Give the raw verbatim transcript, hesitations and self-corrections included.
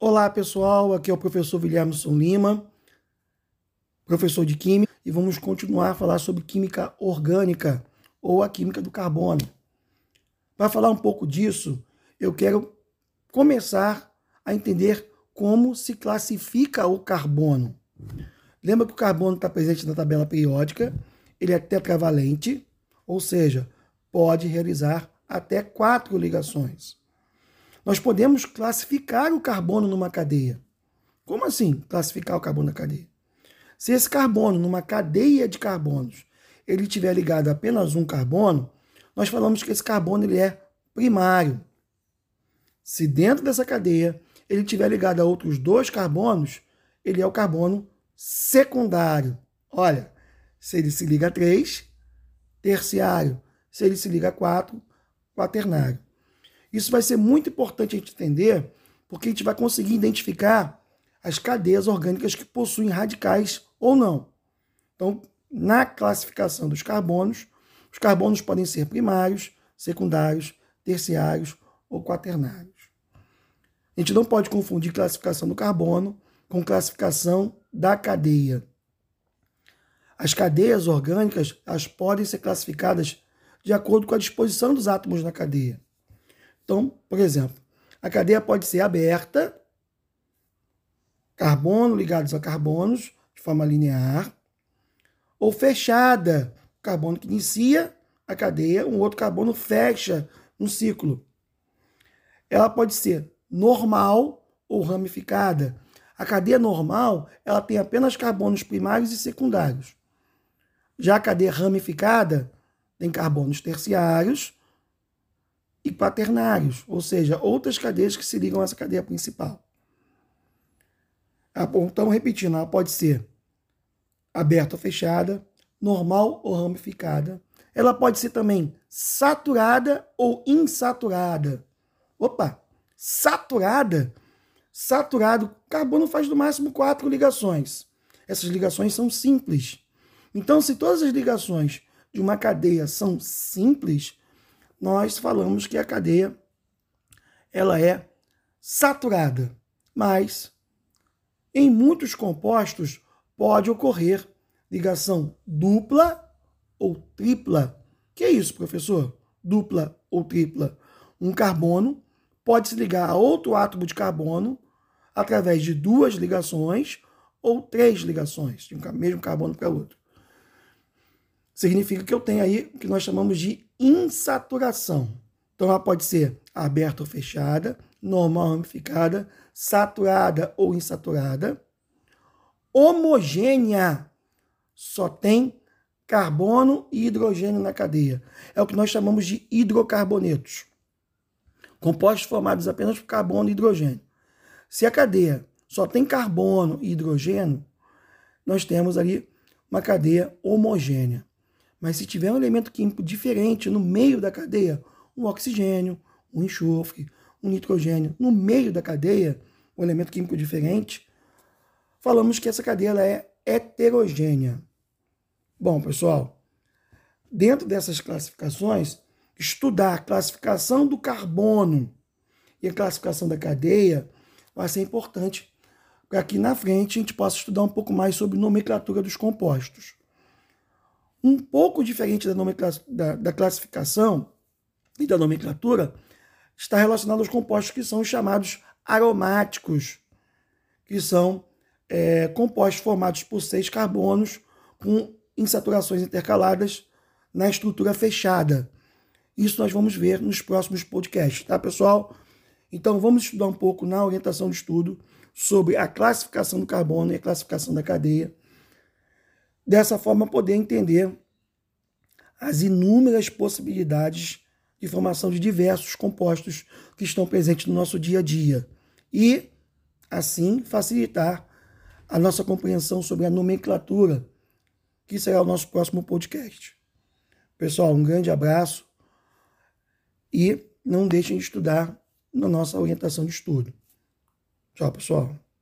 Olá pessoal, aqui é o professor Williamson Lima, professor de Química, e vamos continuar a falar sobre química orgânica ou a química do carbono. Para falar um pouco disso, eu quero começar a entender como se classifica o carbono. Lembra que o carbono está presente na tabela periódica, ele é tetravalente, ou seja, pode realizar até quatro ligações. Nós podemos classificar o carbono numa cadeia. Como assim classificar o carbono na cadeia? Se esse carbono, numa cadeia de carbonos, ele estiver ligado a apenas um carbono, nós falamos que esse carbono ele é primário. Se dentro dessa cadeia ele estiver ligado a outros dois carbonos, ele é o carbono secundário. Olha, se ele se liga a três, terciário. Se ele se liga a quatro, quaternário. Isso vai ser muito importante a gente entender, porque a gente vai conseguir identificar as cadeias orgânicas que possuem radicais ou não. Então, na classificação dos carbonos, os carbonos podem ser primários, secundários, terciários ou quaternários. A gente não pode confundir classificação do carbono com classificação da cadeia. As cadeias orgânicas elas podem ser classificadas de acordo com a disposição dos átomos na cadeia. Então, por exemplo, a cadeia pode ser aberta, carbono ligados a carbonos, de forma linear, ou fechada, carbono que inicia a cadeia, um outro carbono fecha um ciclo. Ela pode ser normal ou ramificada. A cadeia normal, ela tem apenas carbonos primários e secundários. Já a cadeia ramificada tem carbonos terciários e quaternários, ou seja, outras cadeias que se ligam a essa cadeia principal. Então, repetindo, ela pode ser aberta ou fechada, normal ou ramificada. Ela pode ser também saturada ou insaturada. Opa, saturada. Saturado, carbono faz no máximo quatro ligações. Essas ligações são simples. Então, se todas as ligações de uma cadeia são simples, nós falamos que a cadeia ela é saturada. Mas, em muitos compostos, pode ocorrer ligação dupla ou tripla. Que é isso, professor? Dupla ou tripla. Um carbono pode se ligar a outro átomo de carbono através de duas ligações ou três ligações, de um mesmo carbono para outro. Significa que eu tenho aí o que nós chamamos de insaturação. Então, ela pode ser aberta ou fechada, normal ou ramificada, saturada ou insaturada. Homogênea, só tem carbono e hidrogênio na cadeia. É o que nós chamamos de hidrocarbonetos. Compostos formados apenas por carbono e hidrogênio. Se a cadeia só tem carbono e hidrogênio, nós temos ali uma cadeia homogênea. Mas se tiver um elemento químico diferente no meio da cadeia, um oxigênio, um enxofre, um nitrogênio, no meio da cadeia, um elemento químico diferente, falamos que essa cadeia ela é heterogênea. Bom, pessoal, dentro dessas classificações, estudar a classificação do carbono e a classificação da cadeia vai ser importante para que na frente a gente possa estudar um pouco mais sobre nomenclatura dos compostos. Um pouco diferente da, da, da classificação e da nomenclatura está relacionado aos compostos que são os chamados aromáticos, que são é, compostos formados por seis carbonos com insaturações intercaladas na estrutura fechada. Isso nós vamos ver nos próximos podcasts, tá, pessoal? Então, vamos estudar um pouco na orientação de estudo sobre a classificação do carbono e a classificação da cadeia. Dessa forma, poder entender as inúmeras possibilidades de formação de diversos compostos que estão presentes no nosso dia a dia. E, assim, facilitar a nossa compreensão sobre a nomenclatura, que será o nosso próximo podcast. Pessoal, um grande abraço e não deixem de estudar na nossa orientação de estudo. Tchau, pessoal.